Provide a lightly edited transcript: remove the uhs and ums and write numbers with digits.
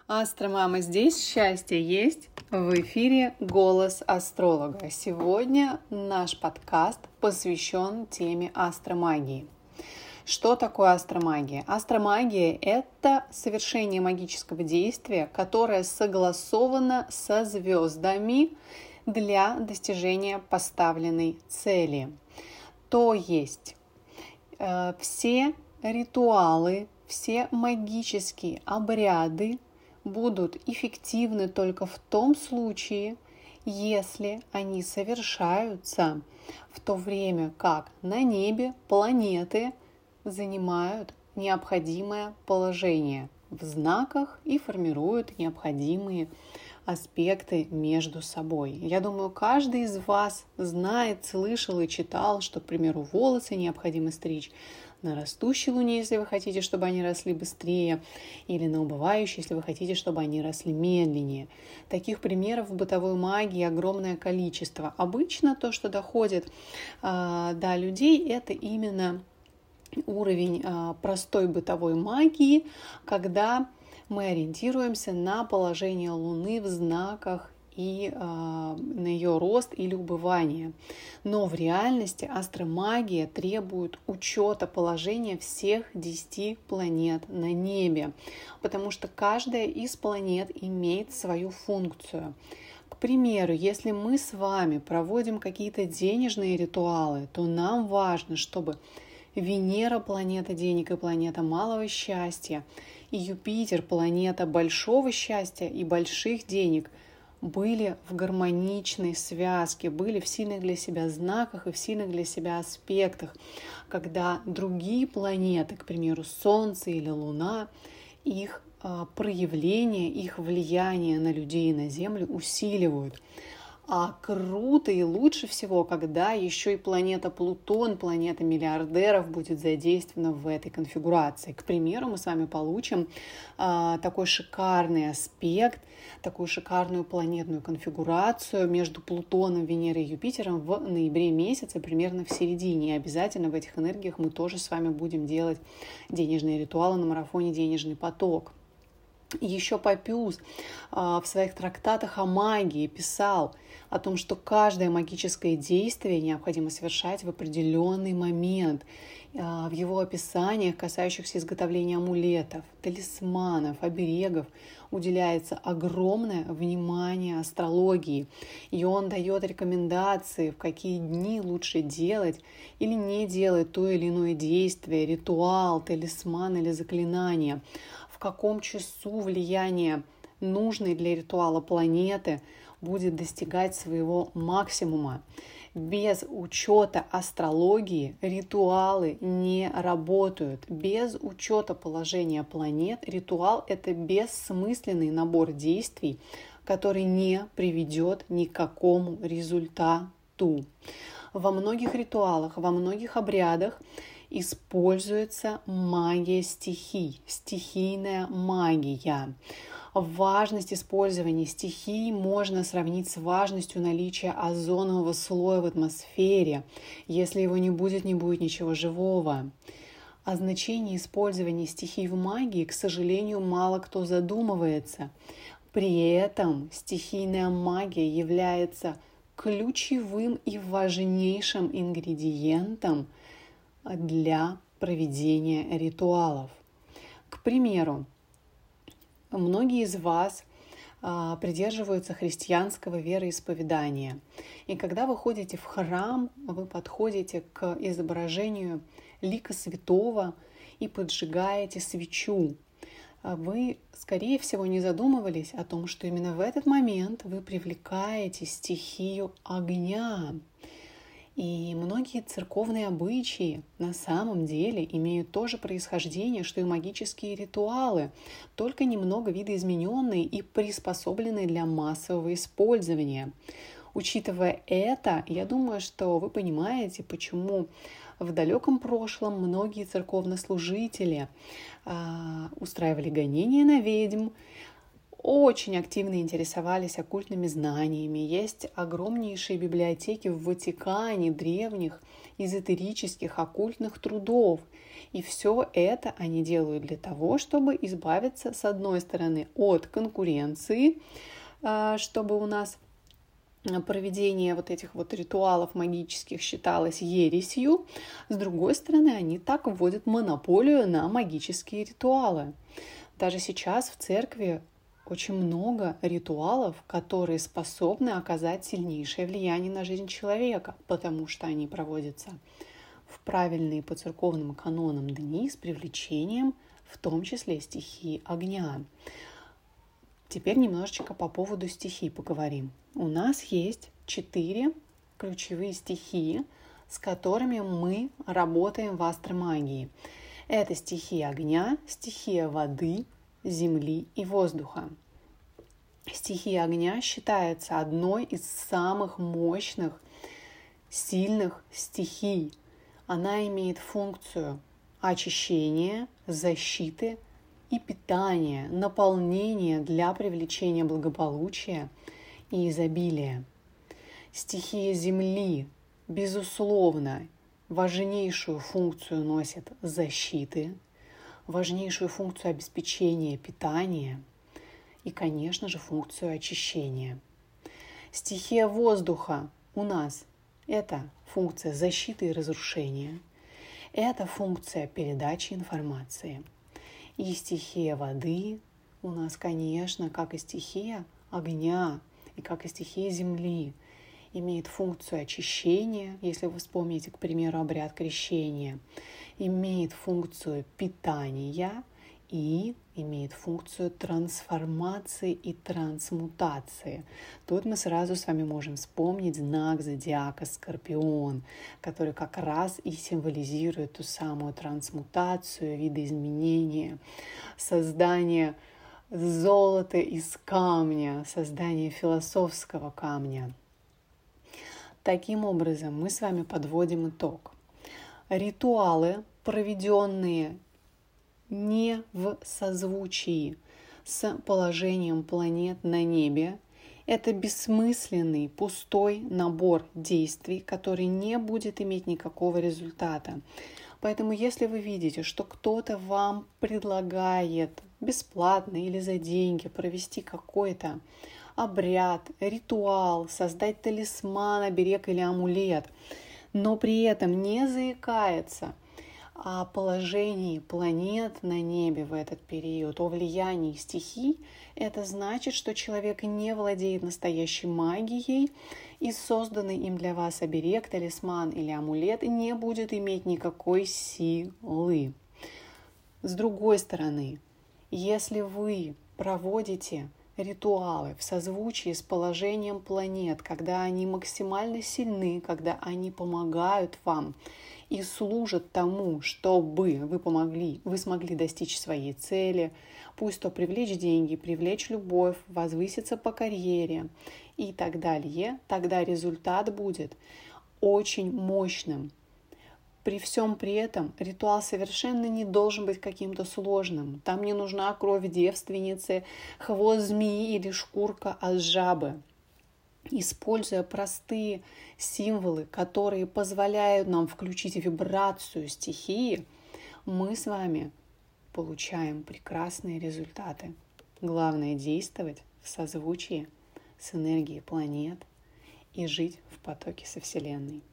Астромама здесь, счастье есть. В эфире «Голос астролога». Сегодня наш подкаст посвящен теме астромагии. Что такое астромагия? Астромагия – это совершение магического действия, которое согласовано со звездами для достижения поставленной цели. То есть все ритуалы, все магические обряды будут эффективны только в том случае, если они совершаются в то время, как на небе планеты занимают необходимое положение в знаках и формируют необходимые аспекты между собой. Я думаю, каждый из вас знает, слышал и читал, что, к примеру, волосы необходимо стричь на растущей луне, если вы хотите, чтобы они росли быстрее, или на убывающей, если вы хотите, чтобы они росли медленнее. Таких примеров в бытовой магии огромное количество. Обычно то, что доходит до людей, это именно уровень простой бытовой магии, когда мы ориентируемся на положение Луны в знаках и на ее рост или убывание. Но в реальности астромагия требует учета положения всех 10 планет на небе, потому что каждая из планет имеет свою функцию. К примеру, если мы с вами проводим какие-то денежные ритуалы, то нам важно, чтобы Венера – планета денег и планета малого счастья, и Юпитер – планета большого счастья и больших денег, были в гармоничной связке, были в сильных для себя знаках и в сильных для себя аспектах, когда другие планеты, к примеру, Солнце или Луна, их проявление, их влияние на людей и на Землю усиливают. А круто и лучше всего, когда еще и планета Плутон, планета миллиардеров, будет задействована в этой конфигурации. К примеру, мы с вами получим такой шикарный аспект, такую шикарную планетную конфигурацию между Плутоном, Венерой и Юпитером в ноябре месяце, примерно в середине. И обязательно в этих энергиях мы тоже с вами будем делать денежные ритуалы на марафоне «Денежный поток». Еще Папюс в своих трактатах о магии писал о том, что каждое магическое действие необходимо совершать в определенный момент. В его описаниях, касающихся изготовления амулетов, талисманов, оберегов, уделяется огромное внимание астрологии. И он дает рекомендации, в какие дни лучше делать или не делать то или иное действие, ритуал, талисман или заклинание. В каком часу влияние нужной для ритуала планеты будет достигать своего максимума. Без учета астрологии ритуалы не работают. Без учета положения планет ритуал – это бессмысленный набор действий, который не приведет ни к какому результату. Во многих ритуалах, во многих обрядах используется магия стихий, стихийная магия. Важность использования стихий можно сравнить с важностью наличия озонового слоя в атмосфере. Если его не будет ничего живого. О значении использования стихий в магии, к сожалению, мало кто задумывается. При этом стихийная магия является ключевым и важнейшим ингредиентом для проведения ритуалов. К примеру, многие из вас придерживаются христианского вероисповедания. И когда вы ходите в храм, вы подходите к изображению лика святого и поджигаете свечу. Вы, скорее всего, не задумывались о том, что именно в этот момент вы привлекаете стихию огня. И многие церковные обычаи на самом деле имеют то же происхождение, что и магические ритуалы, только немного видоизмененные и приспособленные для массового использования. Учитывая это, я думаю, что вы понимаете, почему в далеком прошлом многие церковнослужители устраивали гонения на ведьм, очень активно интересовались оккультными знаниями. Есть огромнейшие библиотеки в Ватикане древних эзотерических оккультных трудов. И все это они делают для того, чтобы избавиться, с одной стороны, от конкуренции, чтобы у нас проведение вот этих вот ритуалов магических считалось ересью. С другой стороны, они так вводят монополию на магические ритуалы. Даже сейчас в церкви очень много ритуалов, которые способны оказать сильнейшее влияние на жизнь человека, потому что они проводятся в правильные по церковным канонам дни с привлечением, в том числе стихии огня. Теперь немножечко по поводу стихий поговорим. У нас есть 4 ключевые стихии, с которыми мы работаем в астромагии. Это стихия огня, стихия воды, земли и воздуха. Стихия огня считается одной из самых мощных, сильных стихий. Она имеет функцию очищения, защиты и питания, наполнения для привлечения благополучия и изобилия. Стихия земли, безусловно, важнейшую функцию носит защиты, важнейшую функцию обеспечения питания и, конечно же, функцию очищения. Стихия воздуха у нас – это функция защиты и разрушения, это функция передачи информации. И стихия воды у нас, конечно, как и стихия огня, и как и стихия земли, имеет функцию очищения, если вы вспомните, к примеру, обряд крещения, имеет функцию питания и имеет функцию трансформации и трансмутации. Тут мы сразу с вами можем вспомнить знак зодиака Скорпион, который как раз и символизирует ту самую трансмутацию, видоизменение, создание золота из камня, создание философского камня. Таким образом, мы с вами подводим итог. Ритуалы, проведенные не в созвучии с положением планет на небе, это бессмысленный, пустой набор действий, который не будет иметь никакого результата. Поэтому, если вы видите, что кто-то вам предлагает бесплатно или за деньги провести какой-то обряд, ритуал, создать талисман, оберег или амулет, но при этом не заикается о положении планет на небе в этот период, о влиянии стихий, это значит, что человек не владеет настоящей магией, и созданный им для вас оберег, талисман или амулет не будет иметь никакой силы. С другой стороны, если вы проводите ритуалы в созвучии с положением планет, когда они максимально сильны, когда они помогают вам и служат тому, чтобы вы смогли достичь своей цели, пусть то привлечь деньги, привлечь любовь, возвыситься по карьере и так далее, тогда результат будет очень мощным. При всем при этом ритуал совершенно не должен быть каким-то сложным. Там не нужна кровь девственницы, хвост змеи или шкурка от жабы. Используя простые символы, которые позволяют нам включить вибрацию стихии, мы с вами получаем прекрасные результаты. Главное действовать в созвучии с энергией планет и жить в потоке со Вселенной.